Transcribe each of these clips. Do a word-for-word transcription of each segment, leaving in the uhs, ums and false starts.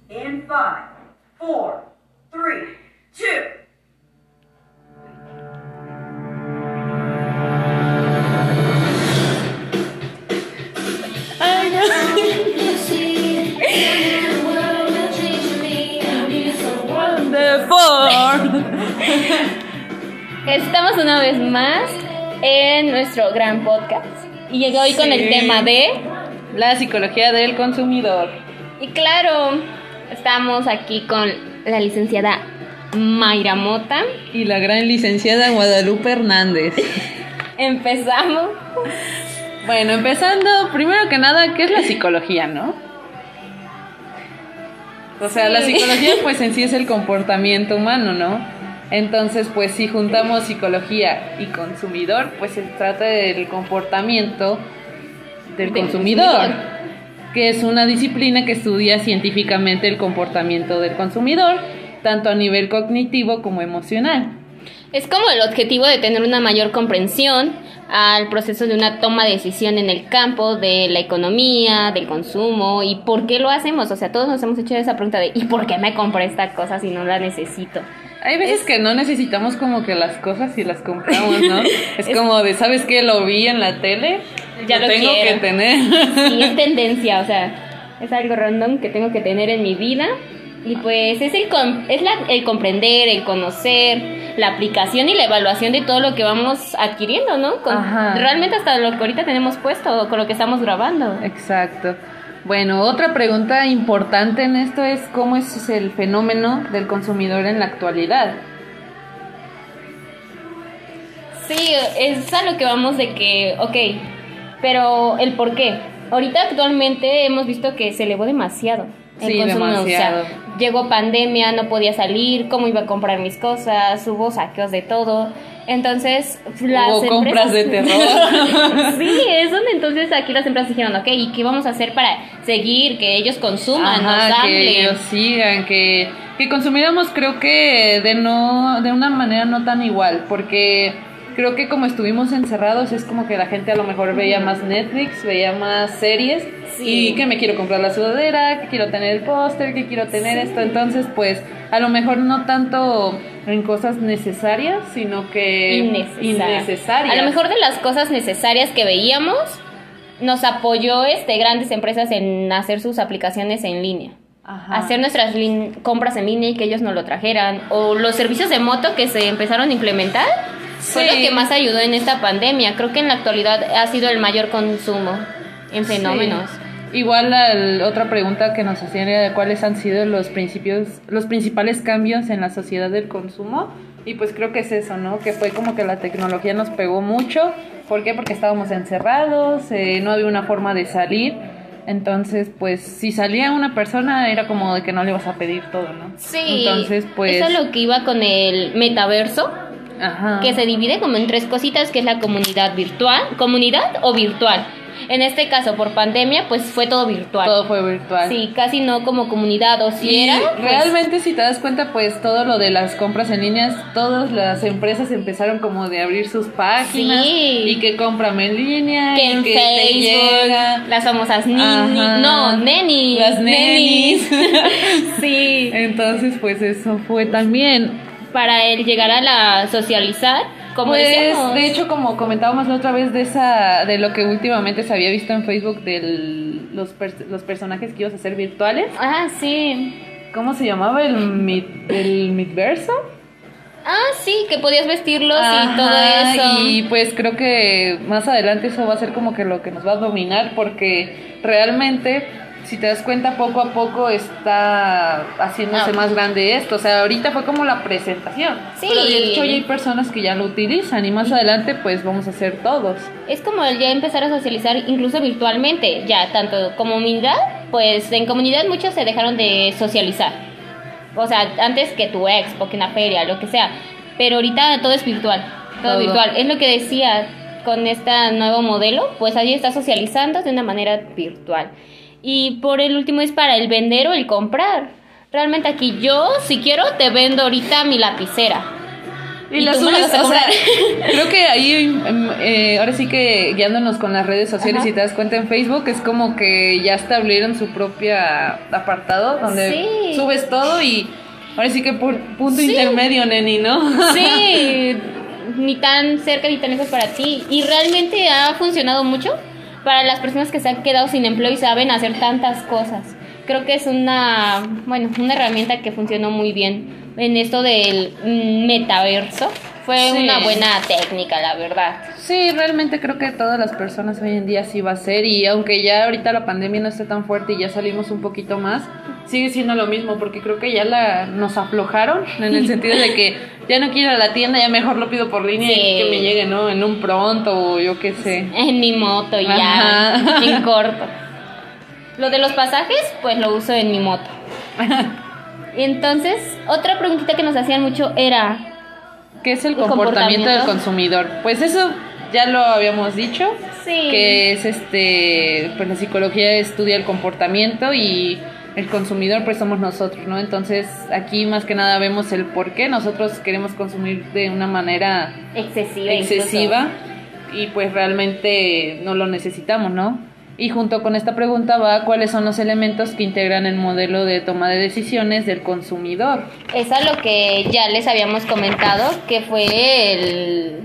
In five, four, three, two. Estamos una vez más en nuestro gran podcast y llegué hoy sí. con el tema de la psicología del consumidor. Y claro, estamos aquí con la licenciada Mayra Mota y la gran licenciada Guadalupe Hernández. Empezamos. Bueno, empezando, primero que nada, ¿qué es la psicología, no? O sea, sí. La psicología pues en sí es el comportamiento humano, ¿no? Entonces, pues si juntamos psicología y consumidor, pues se trata del comportamiento del de consumidor, consumidor, que es una disciplina que estudia científicamente el comportamiento del consumidor, tanto a nivel cognitivo como emocional. Es como el objetivo de tener una mayor comprensión al proceso de una toma de decisión en el campo de la economía, del consumo y por qué lo hacemos. O sea, todos nos hemos hecho esa pregunta de ¿y por qué me compré esta cosa si no la necesito? Hay veces es... que no necesitamos como que las cosas y las compramos, ¿no? Es, es como de, ¿sabes qué? Lo vi en la tele, ya lo, lo tengo quiero. que tener. Sí, es tendencia, o sea, es algo random que tengo que tener en mi vida. Y pues es el com- es la, el comprender, el conocer, la aplicación y la evaluación de todo lo que vamos adquiriendo, ¿no? Con, realmente hasta lo que ahorita tenemos puesto, con lo que estamos grabando. Exacto. Bueno, otra pregunta importante en esto es ¿cómo es el fenómeno del consumidor en la actualidad? Sí, es a lo que vamos de que, ok, pero el por qué. Ahorita actualmente hemos visto que se elevó demasiado. Sí, demasiado. O sea, llegó pandemia, no podía salir, cómo iba a comprar mis cosas, hubo saqueos de todo. Entonces, las hubo empresas... compras de terror. Sí, es donde entonces aquí las empresas dijeron, ok, ¿y qué vamos a hacer para seguir, que ellos consuman, Ajá, nos hablen? Que ellos sigan, que, que consumiéramos creo que de no de una manera no tan igual, porque creo que como estuvimos encerrados es como que la gente a lo mejor veía más Netflix, veía más series. Sí. Y que me quiero comprar la sudadera, que quiero tener el póster, que quiero tener sí. esto. Entonces, pues, a lo mejor no tanto en cosas necesarias, sino que innecesarias. innecesarias. A lo mejor de las cosas necesarias que veíamos, nos apoyó este grandes empresas en hacer sus aplicaciones en línea. Ajá. Hacer nuestras lin- compras en línea y que ellos nos lo trajeran. O los servicios de moto que se empezaron a implementar. Sí. Fue lo que más ayudó en esta pandemia. Creo que en la actualidad ha sido el mayor consumo en fenómenos. Sí. Igual la otra pregunta que nos hacían era de cuáles han sido los principios, los principales cambios en la sociedad del consumo. Y pues creo que es eso, ¿no? Que fue como que la tecnología nos pegó mucho. ¿Por qué? Porque estábamos encerrados, eh, no había una forma de salir. Entonces, pues, si salía una persona era como de que no le ibas a pedir todo, ¿no? Sí, entonces, pues... eso es lo que iba con el metaverso. Ajá. Que se divide como en tres cositas, que es la comunidad virtual, comunidad o virtual. En este caso, por pandemia, pues fue todo virtual. Todo fue virtual. Sí, casi no como comunidad, o si y era... Pues... realmente, si te das cuenta, pues todo lo de las compras en líneas, todas las empresas empezaron como de abrir sus páginas. Sí. Y que cómprame en línea. Que y en que Facebook, te llega. las famosas ninis. No, nenis. Las nenis. Sí. Entonces, pues eso fue también... para el llegar a la socializar, como pues, decíamos. De hecho, como comentábamos la otra vez de esa, de lo que últimamente se había visto en Facebook de los, per- los personajes que ibas a hacer virtuales. Ah, sí. ¿Cómo se llamaba? ¿El, mit, el Midverso? Ah, sí, que podías vestirlos. Ajá, y todo eso. Y pues creo que más adelante eso va a ser como que lo que nos va a dominar, porque realmente... si te das cuenta, poco a poco está haciéndose no. más grande esto. O sea, ahorita fue como la presentación. Sí. Pero de hecho ya hay personas que ya lo utilizan y más sí. adelante pues vamos a hacer todos. Es como el ya empezar a socializar incluso virtualmente. Ya, tanto comunidad, pues en comunidad muchos se dejaron de socializar. O sea, antes que tu expo, que una feria, lo que sea. Pero ahorita todo es virtual. Todo, todo. virtual. Es lo que decía con este nuevo modelo. Pues ahí está socializando de una manera virtual. Y por el último es para el vender o el comprar. Realmente aquí yo, si quiero, te vendo ahorita mi lapicera. Y, y la tú me la subes, vas a o sea, cobrar. creo que ahí, em, eh, ahora sí que guiándonos con las redes sociales, Ajá. si te das cuenta en Facebook, es como que ya establecieron su propia apartado donde Sí. subes todo y ahora sí que por punto Sí. intermedio, neni, ¿no? Sí, ni tan cerca ni tan lejos para ti. Y realmente ha funcionado mucho para las personas que se han quedado sin empleo y saben hacer tantas cosas. Creo que es una, bueno, una herramienta que funcionó muy bien en esto del mm, metaverso. Fue Sí. una buena técnica, la verdad. Sí, realmente creo que todas las personas hoy en día sí va a ser, y aunque ya ahorita la pandemia no esté tan fuerte y ya salimos un poquito más, sigue siendo lo mismo, porque creo que ya la nos aflojaron en el sentido de que ya no quiero ir a la tienda, ya mejor lo pido por línea Sí. y que me llegue, ¿no? En un pronto o yo qué sé. En mi moto ya, Ajá. en corto. Lo de los pasajes, pues lo uso en mi moto. Y entonces, otra preguntita que nos hacían mucho era... ¿Qué es el ¿El comportamiento, comportamiento? del consumidor? Pues eso ya lo habíamos dicho, Sí. que es este, pues la psicología estudia el comportamiento y el consumidor pues somos nosotros, ¿no? Entonces aquí más que nada vemos el por qué nosotros queremos consumir de una manera Excesiva. excesiva y pues realmente no lo necesitamos, ¿no? Y junto con esta pregunta va cuáles son los elementos que integran el modelo de toma de decisiones del consumidor. Es a lo que ya les habíamos comentado, que fue el,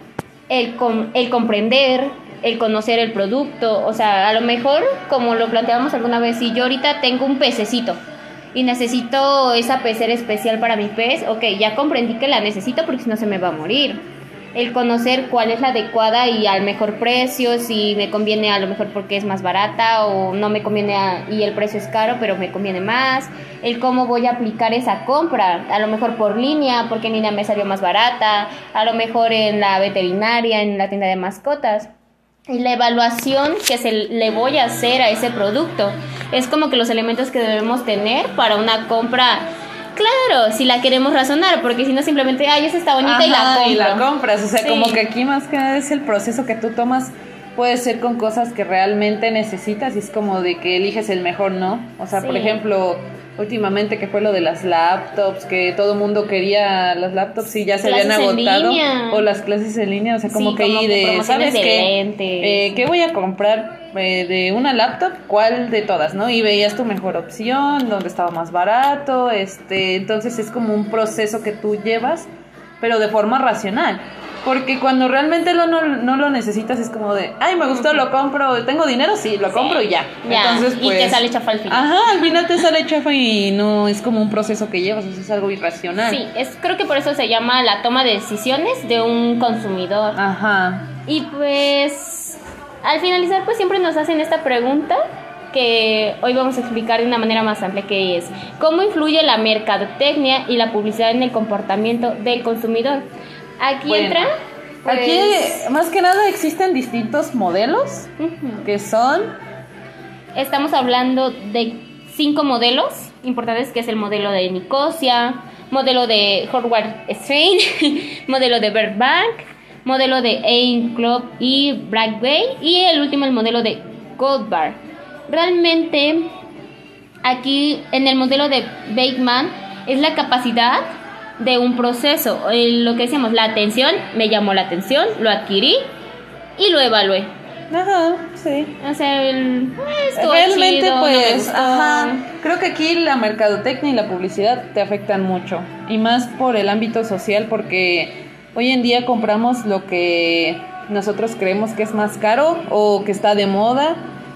el, com- el comprender, el conocer el producto. O sea, a lo mejor, como lo planteábamos alguna vez, si yo ahorita tengo un pececito y necesito esa pecera especial para mi pez, ok, ya comprendí que la necesito porque si no se me va a morir. El conocer cuál es la adecuada y al mejor precio, si me conviene a lo mejor porque es más barata o no me conviene a- y el precio es caro pero me conviene más. El cómo voy a aplicar esa compra, a lo mejor por línea porque en línea me salió más barata, a lo mejor en la veterinaria, en la tienda de mascotas. Y la evaluación que se le voy a hacer a ese producto es como que los elementos que debemos tener para una compra. Claro, si la queremos razonar, porque si no simplemente, ay, esa está bonita y la Ajá, compro. y la compras, o sea, Sí. como que aquí más que nada es el proceso que tú tomas, puede ser con cosas que realmente necesitas y es como de que eliges el mejor, ¿no? O sea, por Sí. ejemplo, últimamente que fue lo de las laptops, que todo mundo quería las laptops y ya se Clases habían en agotado, línea. o las clases en línea, o sea, como Sí, que como ahí que de, promociones ¿sabes de qué? lentes. Eh, ¿qué voy a comprar eh, de una laptop? ¿Cuál de todas, no? Y veías tu mejor opción, donde estaba más barato, este, entonces es como un proceso que tú llevas, pero de forma racional. Porque cuando realmente lo, no, no lo necesitas es como de, ay, me gustó, lo compro, tengo dinero, sí, lo compro y ya. Ya, Entonces, y pues, te sale chafa al final. Ajá, al final te sale chafa y no es como un proceso que llevas, o sea, es algo irracional. Sí, es, creo que por eso se llama la toma de decisiones de un consumidor. Ajá. Y pues, al finalizar, pues siempre nos hacen esta pregunta que hoy vamos a explicar de una manera más amplia, que es ¿cómo influye la mercadotecnia y la publicidad en el comportamiento del consumidor? Aquí Bueno, entra... pues, Aquí, más que nada, existen distintos modelos ujú. que son... Estamos hablando de cinco modelos importantes, que es el modelo de Nicosia, modelo de Howard Strain, modelo de Bird Bank, modelo de Ain Club y Bragway, y el último el modelo de Goldbar. Realmente aquí en el modelo de Bateman es la capacidad de un proceso, eh, lo que decíamos, la atención, me llamó la atención, lo adquirí y lo evalué. Ajá, sí. O sea, el, eh, estuvo Realmente, chido, no me pues, gustó. ajá, creo que aquí la mercadotecnia y la publicidad te afectan mucho, y más por el ámbito social, porque hoy en día compramos lo que nosotros creemos que es más caro o que está de moda,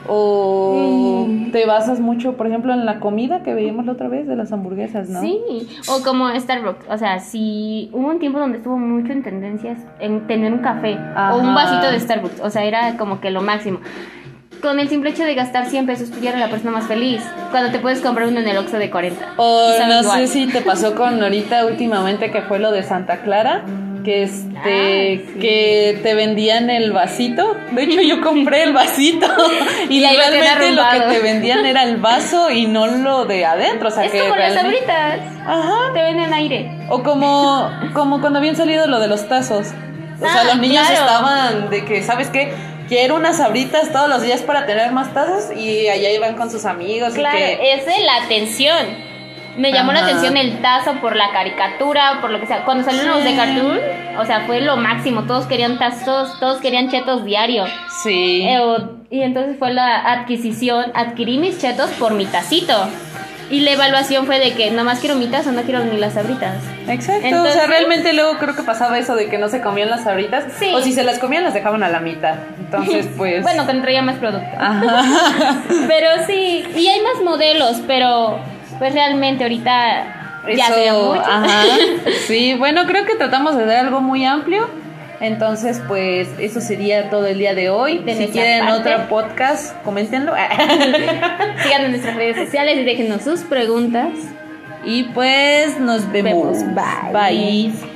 o Mm. te basas mucho, por ejemplo, en la comida que veíamos la otra vez de las hamburguesas, ¿no? Sí, o como Starbucks, o sea, si hubo un tiempo donde estuvo mucho en tendencias en tener un café Ajá. o un vasito de Starbucks, o sea, era como que lo máximo. Con el simple hecho de gastar cien pesos, tú ya eres la persona más feliz, cuando te puedes comprar uno en el Oxxo de cuarenta. O y sabe no igual. sé si te pasó con ahorita últimamente que fue lo de Santa Clara, que este Ah, sí. que te vendían el vasito. De hecho yo compré el vasito y Y ahí lo tiene realmente lo arrumbado. que te vendían era el vaso y no lo de adentro, o sea Es que como las realmente- sabritas, Ajá. te venden aire. O como como cuando habían salido lo de los tazos. O sea, Ah, los niños claro. estaban de que, ¿sabes qué? Quiero unas sabritas todos los días para tener más tazos y allá iban con sus amigos Claro, y que es de la atención. Me llamó la Ajá. atención el tazo por la caricatura, por lo que sea. Cuando salieron los de Sí. Cartoon, o sea, fue lo máximo. Todos querían tazos, todos querían chetos diario. Sí. Eh, o- y entonces fue la adquisición, adquirí mis chetos por mi tacito. Y la evaluación fue de que nomás quiero mi tazo, no quiero ni las sabritas. Exacto, Entonces- o sea, realmente luego creo que pasaba eso de que no se comían las sabritas, Sí. o si se las comían las dejaban a la mitad, entonces pues... Bueno, que traía más producto. Ajá. Pero sí, y hay más modelos, pero pues realmente ahorita ya Eso, sería mucho. ajá. Sí, bueno, creo que tratamos de dar algo muy amplio. Entonces, pues, eso sería todo el día de hoy. De si nuestra quieren parte. otro podcast, coméntenlo. Sigan en nuestras redes sociales y déjenos sus preguntas. Y pues, nos vemos. Vemos. Bye. Bye.